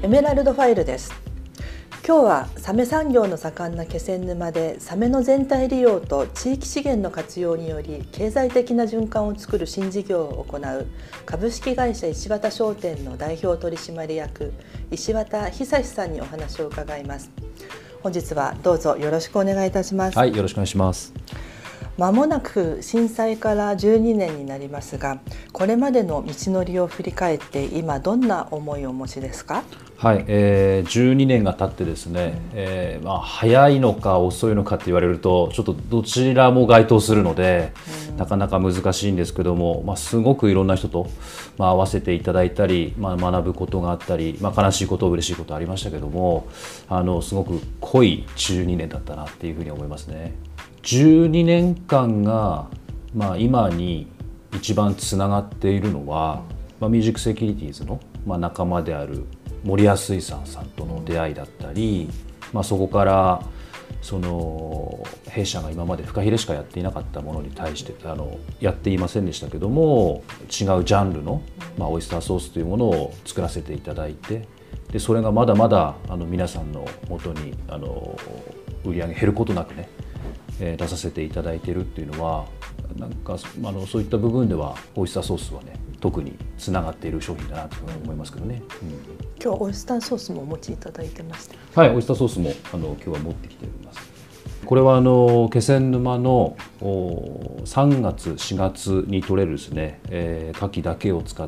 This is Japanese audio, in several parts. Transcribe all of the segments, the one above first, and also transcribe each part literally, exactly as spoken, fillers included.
エメラルドファイルです。今日はサメ産業の盛んな気仙沼でサメの全体利用と地域資源の活用により経済的な循環を作る新事業を行う株式会社石渡商店の代表取締役石渡久さんにお話を伺います。本日はどうぞよろしくお願いいたします。 はい、よろしくお願いします。 まもなく震災からじゅうにねんになりますが、これまでの道のりを振り返って今どんな思いをお持ちですか？ はい、えー、じゅうにねんが経ってですね、うんえーまあ、早いのか遅いのかって言われるとちょっとどちらも該当するので、うん、なかなか難しいんですけども、まあ、すごくいろんな人と、まあ、会わせていただいたり、まあ、学ぶことがあったり、まあ、悲しいこと嬉しいことありましたけども、あのすごく濃いじゅうにねんだったなっていうふうに思いますね。じゅうにねんかんが、まあ、今に一番つながっているのは、まあ、ミュージックセキュリティーズの、まあ、仲間である森安水産さんとの出会いだったり、まあ、そこからその弊社が今までフカヒレしかやっていなかったものに対してあのやっていませんでしたけども、違うジャンルの、まあ、オイスターソースというものを作らせていただいて、でそれがまだまだあの皆さんの元にあの売り上げ減ることなくね出させていただいているっていうのは、なんかあのそういった部分ではオイスターソースはね特につながっている商品だなというふうに思いますけどね、うん、 今日はオイスターソースもお持ちいただいてました。 はい、オイスターソースもあの今日は持ってきています。これはあの気仙沼のさんがつしがつに取れるですね、えー、牡蠣だけを使って、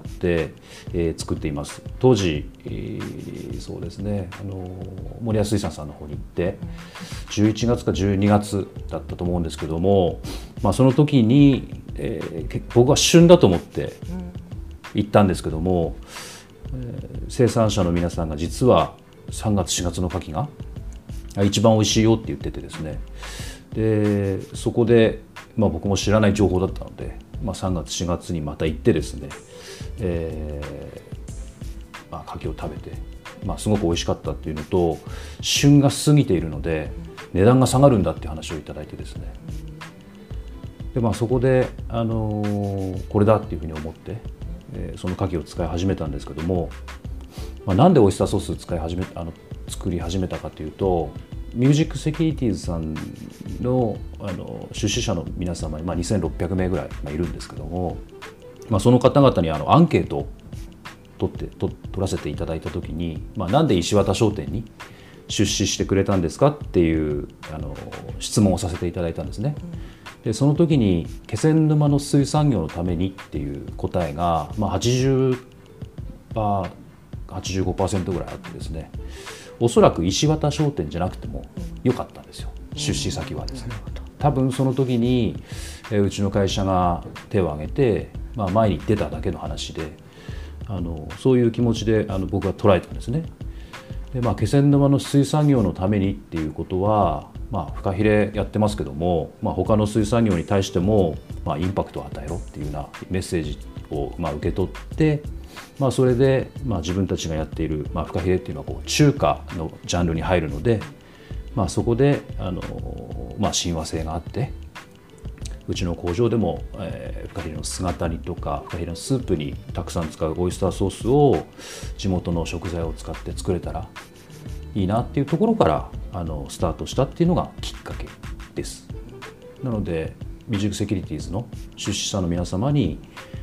えー、作っています。当時、えー、そうですね、あの森安水産さんの方に行ってじゅういちがつかじゅうにがつだったと思うんですけども、まあ、その時に、えー、僕は旬だと思って行ったんですけども、えー、生産者の皆さんが実はさんがつしがつの牡蠣が一番美味しいよって言っててですね、でそこで、まあ、僕も知らない情報だったので、まあ、さんがつしがつにまた行ってですね、えーまあ、牡蠣を食べて、まあ、すごく美味しかったっていうのと、旬が過ぎているので値段が下がるんだっていう話をいただいてですね、で、まあ、そこで、あのー、これだっていうふうに思って、えー、その牡蠣を使い始めたんですけども、まあ、なんでオイスターソース使い始めあの作り始めたかというと、ミュージックセキュリティーズさん の, あの出資者の皆様に、まあ、にせんろっぴゃくめいぐらい、まあ、いるんですけども、まあ、その方々にあのアンケートを取ってと取らせていただいたときに、まあ、なんで石渡商店に出資してくれたんですかっていうあの質問をさせていただいたんですね。でその時に気仙沼の水産業のためにっていう答えが、まあ、はちじゅうパーセントはちじゅうごパーセント ぐらいあってですね、おそらく石渡商店じゃなくてもよかったんですよ、うん、出資先はですね。多分その時に、えー、うちの会社が手を挙げて、まあ、前に出ただけの話で、あのそういう気持ちであの僕は捉えたんですね。で、まあ、気仙沼の水産業のためにっていうことは、まあ、フカヒレやってますけども、まあ、他の水産業に対しても、まあ、インパクトを与えろっていうようなメッセージを、まあ、受け取って、まあ、それで、まあ、自分たちがやっている、まあ、フカヒレっていうのはこう中華のジャンルに入るので、まあ、そこであの、まあ、親和性があって、うちの工場でも、えー、フカヒレの姿煮とかフカヒレのスープにたくさん使うオイスターソースを地元の食材を使って作れたらいいなっていうところからあのスタートしたっていうのがきっかけです。なのでミュージックセキュリティーズの出資者の皆様に、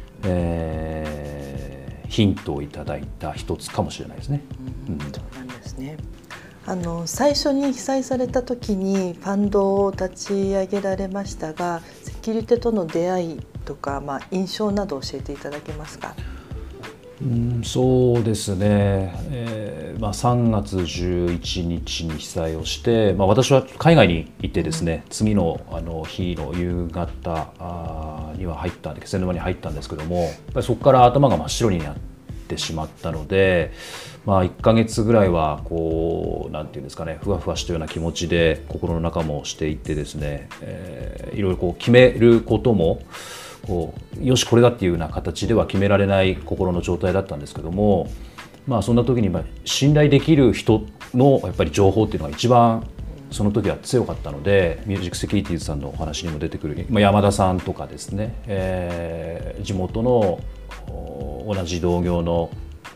えー、ヒントをいただいた一つかもしれないですね。 うん、そうなんですね。あの最初に被災された時にファンドを立ち上げられましたが、セキュリティとの出会いとか、まあ、印象など教えていただけますか？ うん、そうですね、えーまあ、さんがつじゅういちにちに被災をして、まあ、私は海外に行ってですね、うん、次 の, あの日の夕方には入ったんで気仙沼に入ったんですけども、やっぱりそこから頭が真っ白になってしまったので、まあ、いっかげつぐらいはこうなんていうんですかね、ふわふわしたような気持ちで心の中もしていってですね、えー、いろいろこう決めることもこうよしこれだっていうような形では決められない心の状態だったんですけども、まあ、そんな時に信頼できる人のやっぱり情報っていうのが一番その時は強かったので、ミュージックセキュリティーズさんのお話にも出てくる、まあ、山田さんとかですね、えー、地元の同じ同業の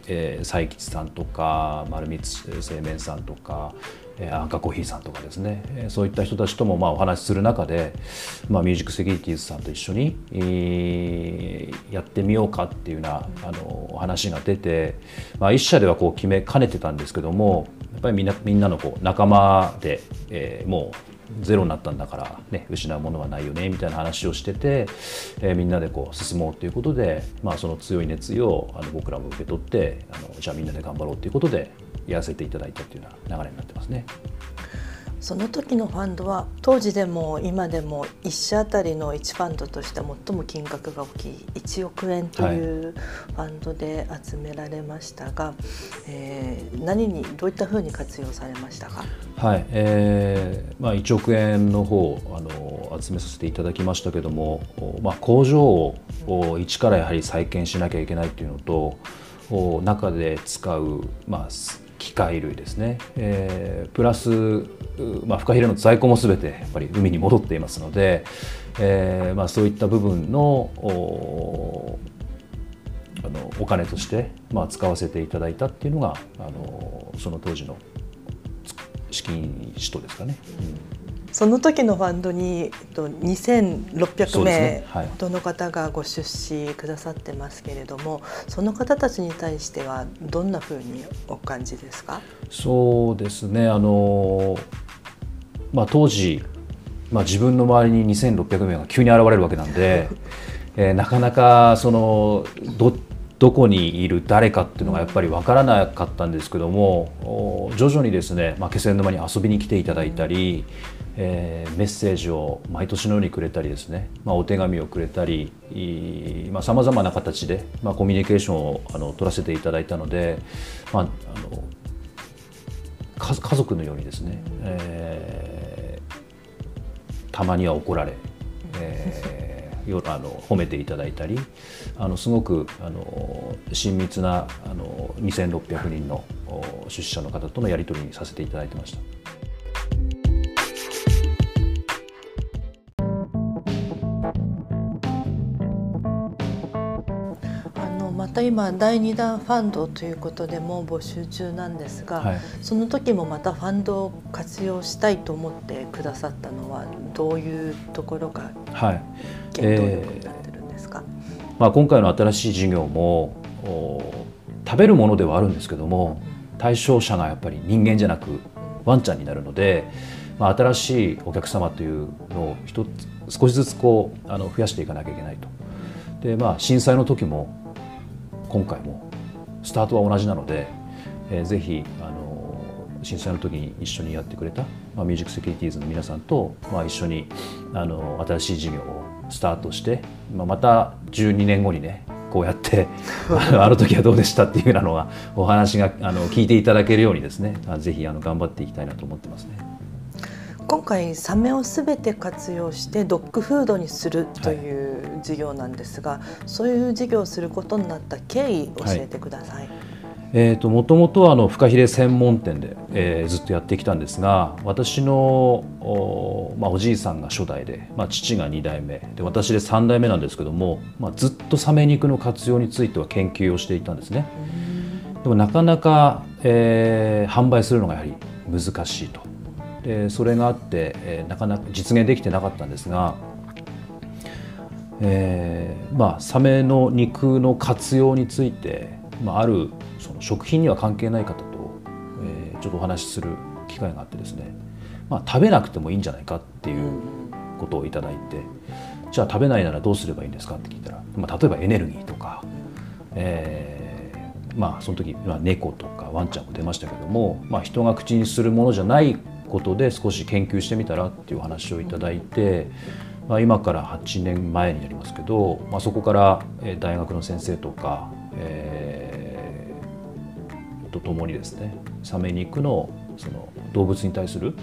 えー、西吉さんとか丸光製麺さんとか、えー、アンカコーヒーさんとかですね、えー、そういった人たちともまあお話しする中で、まあ、ミュージックセキュリティーズさんと一緒に、えー、やってみようかっていうようなあの話が出て、まあ、一社ではこう決めかねてたんですけども、やっぱりみんなみんなのこう仲間で、えー、もうゼロになったんだから、ね、失うものはないよねみたいな話をしてて、えー、みんなでこう進もうということで、まあ、その強い熱意をあの僕らも受け取って、あのじゃあみんなで頑張ろうということでやらせていただいたというような流れになってますね。 その時のファンドは当時でも今でもいっ社あたりのいちファンドとして最も金額が大きいいちおくえんというファンドで集められましたが、はい、えー、何にどういったふうに活用されましたか？ はい、えーまあ、いちおくえんの方あの集めさせていただきましたけども、まあ、工場を一からやはり再建しなきゃいけないというのと、中で使う、まあ機械類ですね、えー、プラス、まあ、フカヒレの在庫もすべてやっぱり海に戻っていますので、えーまあ、そういった部分の お, あのお金として、まあ、使わせていただいたっていうのがあのその当時の資金使途ですかね。うん、 その時のファンドににせんろっぴゃくめいほどの方がご出資くださってますけれども、その方たちに対してはどんなふうにお感じですか？ そうですね、あの、まあ、当時、まあ、自分の周りににせんろっぴゃくめいが急に現れるわけなんで、えー、なかなかその ど, どこにいる誰かっていうのがやっぱり分からなかったんですけども、徐々にですね、まあ、気仙沼に遊びに来ていただいたり、えー、メッセージを毎年のようにくれたりですね、まあ、お手紙をくれたりさまざまな形で、まあ、コミュニケーションをあの取らせていただいたので、まあ、あの家族のようにですね、えー、たまには怒られ、えー、よあの褒めていただいたり、あのすごくあの親密なあのにせんろっぴゃくにんの出資者の方とのやり取りにさせていただいてました。 また今だいにだんファンドということでも募集中なんですが、はい、その時もまたファンドを活用したいと思ってくださったのはどういうところが原動力になってるんですか？ えーまあ、今回の新しい事業も食べるものではあるんですけども、対象者がやっぱり人間じゃなくワンちゃんになるので、まあ、新しいお客様というのを一つ少しずつこうあの増やしていかなきゃいけないと。で、まあ、震災の時も今回もスタートは同じなので、えー、ぜひあの震災の時に一緒にやってくれた、まあ、ミュージックセキュリティーズの皆さんと、まあ、一緒にあの新しい事業をスタートして、まあ、またじゅうにねんごにねこうやってあの時はどうでしたっていうようなのがお話があの聞いていただけるようにですね、ぜひあの頑張っていきたいなと思ってますね。 今回サメをすべて活用してドッグフードにするという事業なんですが、はい、そういう事業をすることになった経緯教えてください。はい、 えーと、もともとはあのフカヒレ専門店で、えー、ずっとやってきたんですが、私の お,、まあ、おじいさんが初代で、まあ、父がにだいめで私でさんだいめなんですけども、まあ、ずっとサメ肉の活用については研究をしていたんですね。でもなかなか、えー、販売するのがやはり難しいと。でそれがあって、えー、なかなか実現できてなかったんですが、えーまあ、サメの肉の活用について、まあ、あるその食品には関係ない方と、えー、ちょっとお話しする機会があってですね、まあ、食べなくてもいいんじゃないかっていうことをいただいて、じゃあ食べないならどうすればいいんですかって聞いたら、まあ、例えばエネルギーとか、えーまあ、その時、まあ、猫とかワンちゃんも出ましたけども、まあ、人が口にするものじゃないことで少し研究してみたらっていう話をいただいて、まあ、今からはちねんまえになりますけど、まあ、そこから大学の先生とか、えー、と共にですね、サメ肉のその動物に対する、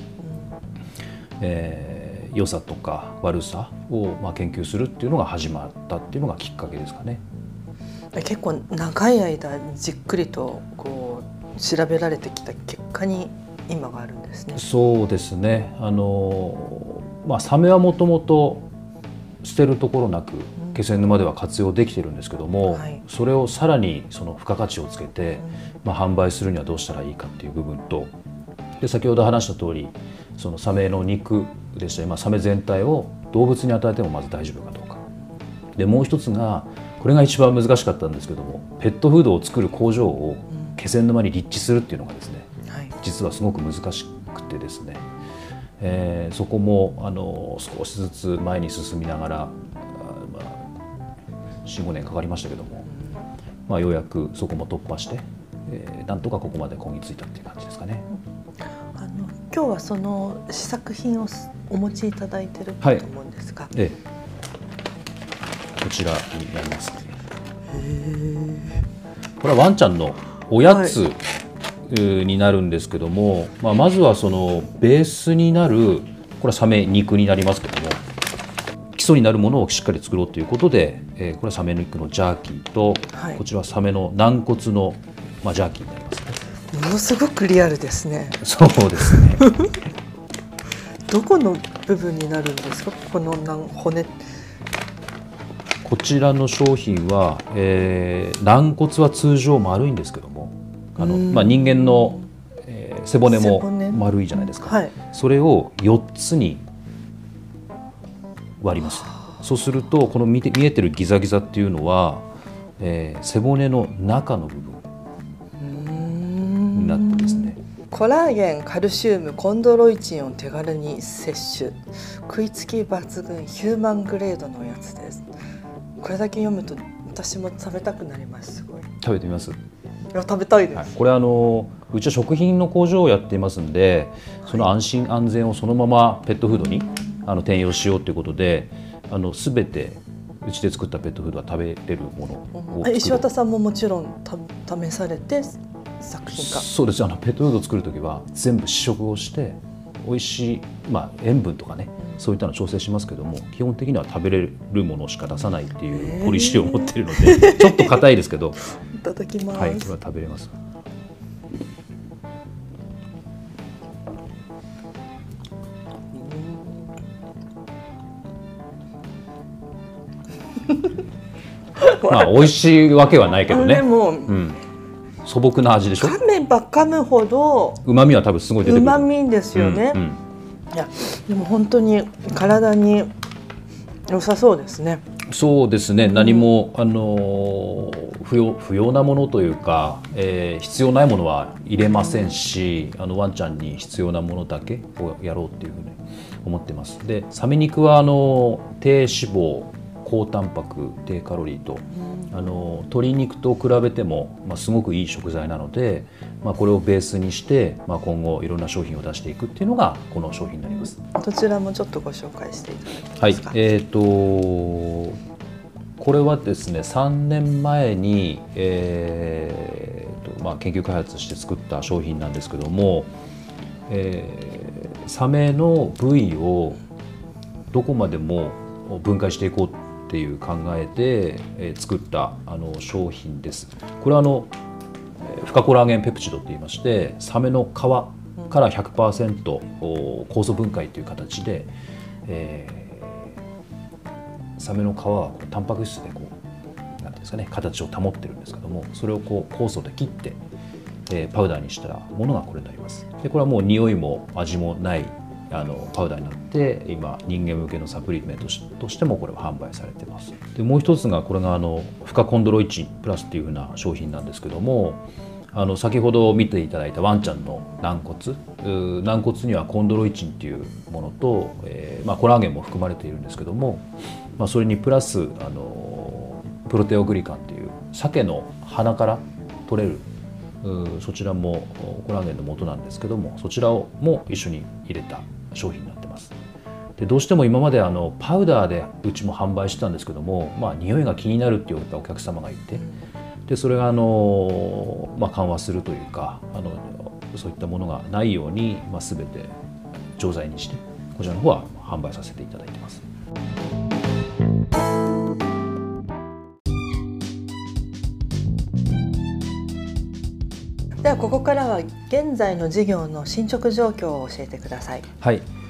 えー、良さとか悪さをまあ研究するっていうのが始まったっていうのがきっかけですかね。 結構長い間じっくりとこう調べられてきた結果に今があるんですね。 そうですね。あの、まあ、サメはもともと捨てるところなく、 気仙沼では活用できてるんですけども、 はい、 それをさらにその付加価値をつけて、まあ、販売するにはどうしたらいいかっていう部分と、で先ほど話した通りそのサメの肉でしたり、まあ、サメ全体を動物に与えてもまず大丈夫かどうかで、もう一つがこれが一番難しかったんですけども、ペットフードを作る工場を気仙沼に立地するっていうのがですね、はい、実はすごく難しくてですね、えー、そこもあの少しずつ前に進みながら、まあ、よん、ごねんかかりましたけども、まあ、ようやくそこも突破して、えー、なんとかここまでこぎついたっていう感じですかね。 あの今日はその試作品をお持ちいただいていると思うんですが、 はい、ええ、こちらになります。これはワンちゃんのおやつ、はい、になるんですけども、まあ、まずはそのベースになる、これはサメ肉になりますけども、基礎になるものをしっかり作ろうということで、えー、これはサメ肉のジャーキーと、はい、こちらはサメの軟骨の、まあ、ジャーキーになりますね。 ものすごくリアルですね。 そうですねどこの部分になるんですか、この骨。 こちらの商品は、えー、軟骨は通常丸いんですけども、あの、まあ、人間の、えー、背骨も丸いじゃないですか、はい、それをよっつに割ります。そうするとこの見て見えてるギザギザっていうのは、えー、背骨の中の部分になってですね。 コラーゲン、カルシウム、コンドロイチンを手軽に摂取、食いつき抜群、ヒューマングレードのおやつです。これだけ読むと私も食べたくなります。すごい。 食べてみます？ いや、食べたいです。はい、 これあのうちは食品の工場をやっていますんで、その安心安全をそのままペットフードにあの転用しようということで、あの全てうちで作ったペットフードは食べれるものを作る。 石渡さんももちろんた試されて作品化。 そうです。あのペットフードを作るときは全部試食をして美味しい、まあ、塩分とかね、そういったの調整しますけども、基本的には食べれるものしか出さないっていうポリシーを持っているので、ちょっと硬いですけどいただきます。 はい、これは食べれます。まあ美味しいわけはないけどね。でも、うん、素朴な味でしょ。 噛めば噛むほど旨味は多分すごい出てくる。 旨味ですよね。うんうん、いやでも本当に体に良さそうですね。 そうですね。うん、何もあの不要不要なものというか、えー、必要ないものは入れませんし、うん、あのワンちゃんに必要なものだけをやろうっていうふうに思ってます。で、サメ肉はあの低脂肪、高タンパク、低カロリーと、うん、あの鶏肉と比べても、まあ、すごくいい食材なので、まあ、これをベースにして、まあ、今後いろんな商品を出していくっていうのがこの商品になります。 どちらもちょっとご紹介していただけますか。 はい、えーとこれはですね、さんねんまえに、えーとまあ、研究開発して作った商品なんですけども、えー、サメの部位をどこまでも分解していこうっていう考えで、えー、作ったあの商品です。これはあの不可コラーゲンペプチドといいまして、サメの皮から ひゃくパーセント 酵素分解という形で、えーサメの皮はタンパク質でこうなんていうんですかね、形を保ってるんですけども、それをこう酵素で切って、えー、パウダーにしたものがこれになります。でこれはもう匂いも味もないあのパウダーになって、今人間向けのサプリメントとしてもこれは販売されてます。でもう一つがこれがあの不可コンドロイチンプラスっていうふうな商品なんですけども、あの先ほど見ていただいたワンちゃんの軟骨、軟骨にはコンドロイチンっていうものと、えーまあ、コラーゲンも含まれているんですけども、まあ、それにプラスあのプロテオグリカンっていう鮭の鼻から取れるそちらもコラーゲンの元なんですけども、そちらをも一緒に入れた商品になってます。でどうしても今まであのパウダーでうちも販売してたんですけども、まあ、匂いが気になるっていうお客様がいて、でそれがあの、まあ、緩和するというか、あのそういったものがないように、まあ、全て錠剤にしてこちらの方は販売させていただいてます。 ではここからは現在の事業の進捗状況を教えてください。 はい、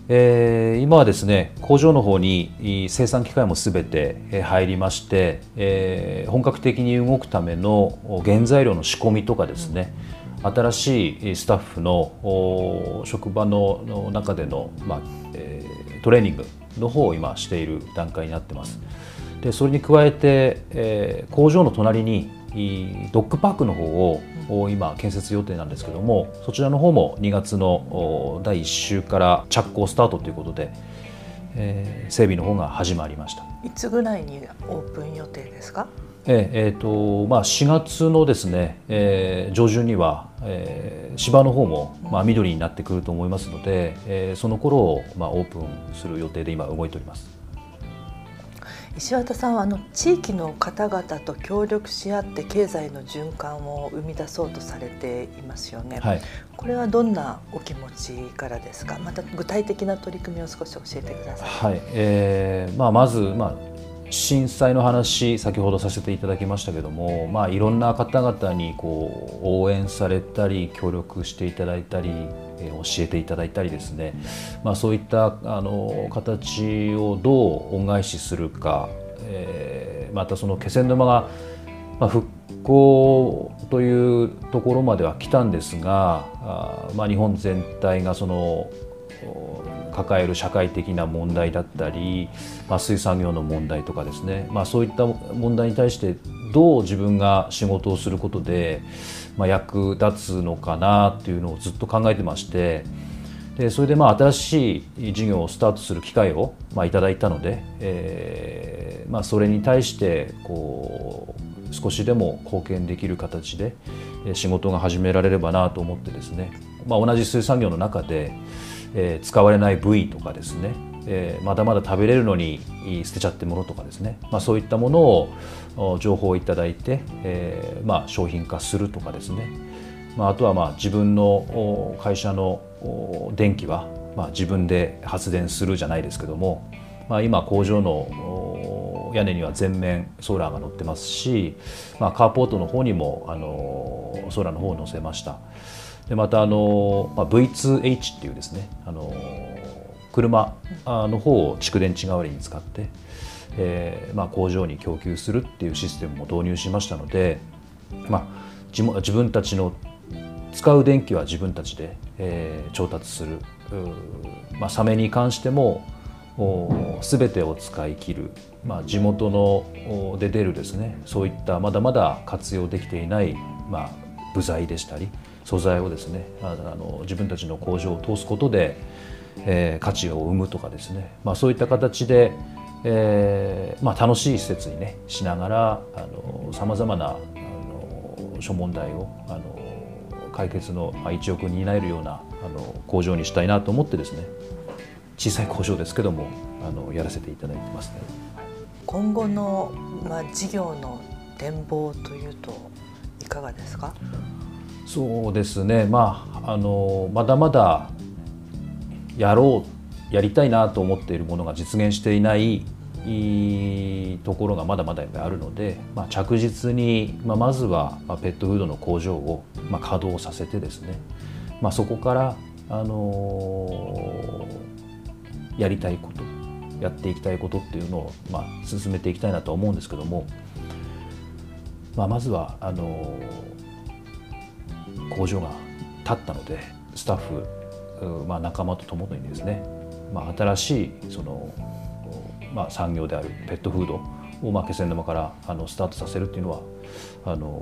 えー、今はですね、工場の方に生産機械もすべて入りまして、えー、本格的に動くための原材料の仕込みとかですね、新しいスタッフの職場の中での、まあえー、トレーニングの方を今している段階になってます。でそれに加えて、えー、工場の隣にドッグパークの方を今建設予定なんですけども、そちらの方もにがつのだいいっ週から着工スタートということで、えー、整備の方が始まりました。 いつぐらいにオープン予定ですか？ えーえーとまあ、しがつのですね、えー、上旬には、えー、芝の方も、まあ、緑になってくると思いますので、えー、その頃を、まあ、オープンする予定で今動いております。 石渡さんはあの地域の方々と協力し合って経済の循環を生み出そうとされていますよね、はい、これはどんなお気持ちからですか？また具体的な取り組みを少し教えてください。 はい、えーまあ、まず、まあ震災の話先ほどさせていただきましたけども、まあ、いろんな方々にこう応援されたり協力していただいたり、えー、教えていただいたりですね、まあ、そういったあの形をどう恩返しするか、えー、またその気仙沼が、まあ、復興というところまでは来たんですが、あ、まあ、日本全体がその抱える社会的な問題だったり、まあ、水産業の問題とかですね、まあ、そういった問題に対してどう自分が仕事をすることで、まあ、役立つのかなっていうのをずっと考えてまして、でそれでまあ新しい事業をスタートする機会をまあいただいたので、えーまあ、それに対してこう少しでも貢献できる形で仕事が始められればなと思ってですね、まあ、同じ水産業の中でえー、使われない部位とかですね、えー、まだまだ食べれるのに捨てちゃってるものとかですね、まあ、そういったものを情報をいただいて、えーまあ、商品化するとかですね、まあ、あとはまあ自分の会社の電気はまあ自分で発電するじゃないですけども、まあ、今工場の屋根には全面ソーラーが乗ってますし、まあ、カーポートの方にもあのソーラーの方を載せました。でまたあの、まあ、ブイツーエイチ っていうですね、あの車の方を蓄電池代わりに使って、えーまあ、工場に供給するっていうシステムも導入しましたので、まあ、自, 自分たちの使う電気は自分たちで、えー、調達する、まあ、サメに関しても全てを使い切る、まあ、地元ので出るですね、そういったまだまだ活用できていない、まあ、部材でしたり素材をですね、あの自分たちの工場を通すことで、えー、価値を生むとかですね、まあ、そういった形で、えーまあ、楽しい施設にねしながらさまざまなあの諸問題をあの解決の一翼に担えるようなあの工場にしたいなと思ってですね、小さい工場ですけどもあのやらせていただいてますね。 今後の、まあ、事業の展望というといかがですか？ そうですね、まあ、あのまだまだやろうやりたいなと思っているものが実現していないところがまだまだやっぱりあるので、まあ、着実に、まあ、まずはペットフードの工場を、まあ、稼働させてですね、まあ、そこから、あのー、やりたいことやっていきたいことっていうのを、まあ、進めていきたいなと思うんですけども、まあ、まずはあのー工場が建ったのでスタッフ、まあ、仲間と共にですね、まあ、新しいその、まあ、産業であるペットフードを、まあ、気仙沼からあのスタートさせるっていうのはあの、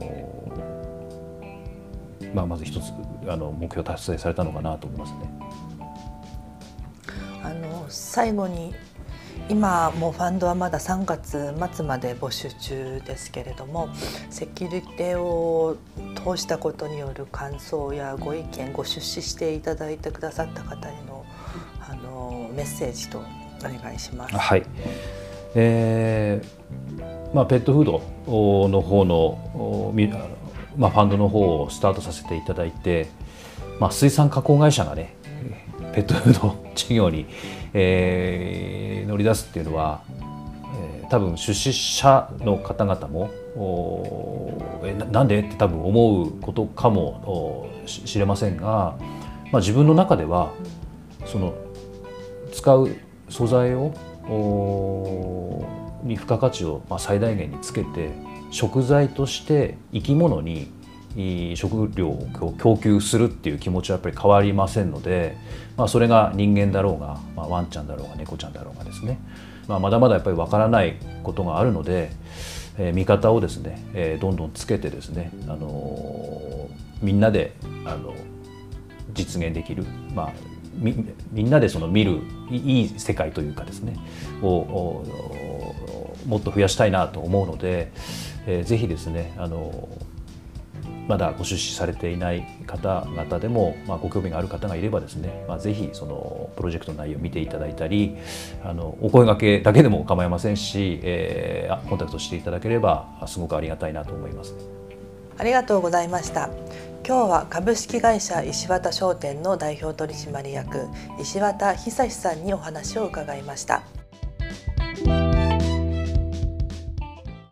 まあ、まず一つあの目標達成されたのかなと思いますね。 あの最後に今もうファンドはまださんがつ末まで募集中ですけれども、セキュリティを通したことによる感想やご意見、ご出資していただいてくださった方への、あのメッセージとお願いします。 はい、えーまあ、ペットフードの方の、まあ、ファンドの方をスタートさせていただいて、まあ、水産加工会社がねペットフード事業に、えー、乗り出すっていうのは、えー、多分出資者の方々もえな, なんでって多分思うことかもしれませんが、まあ、自分の中ではその使う素材をに付加価値を最大限につけて食材として生き物に食料を供給するっていう気持ちはやっぱり変わりませんので、まあ、それが人間だろうが、まあ、ワンちゃんだろうが猫ちゃんだろうがですね、まあ、まだまだやっぱりわからないことがあるので、えー、見方をですね、えー、どんどんつけてですね、あのー、みんなであの実現できる、まあ、み, みんなでその見るいい世界というかですねをもっと増やしたいなと思うので、えー、ぜひですね、あのまだご出資されていない方々でも、まあ、ご興味がある方がいればですね、まあ、ぜひそのプロジェクトの内容を見ていただいたり、あのお声掛けだけでも構いませんし、えー、コンタクトしていただければすごくありがたいなと思います。 ありがとうございました。今日は株式会社石渡商店の代表取締役石渡久さんにお話を伺いました。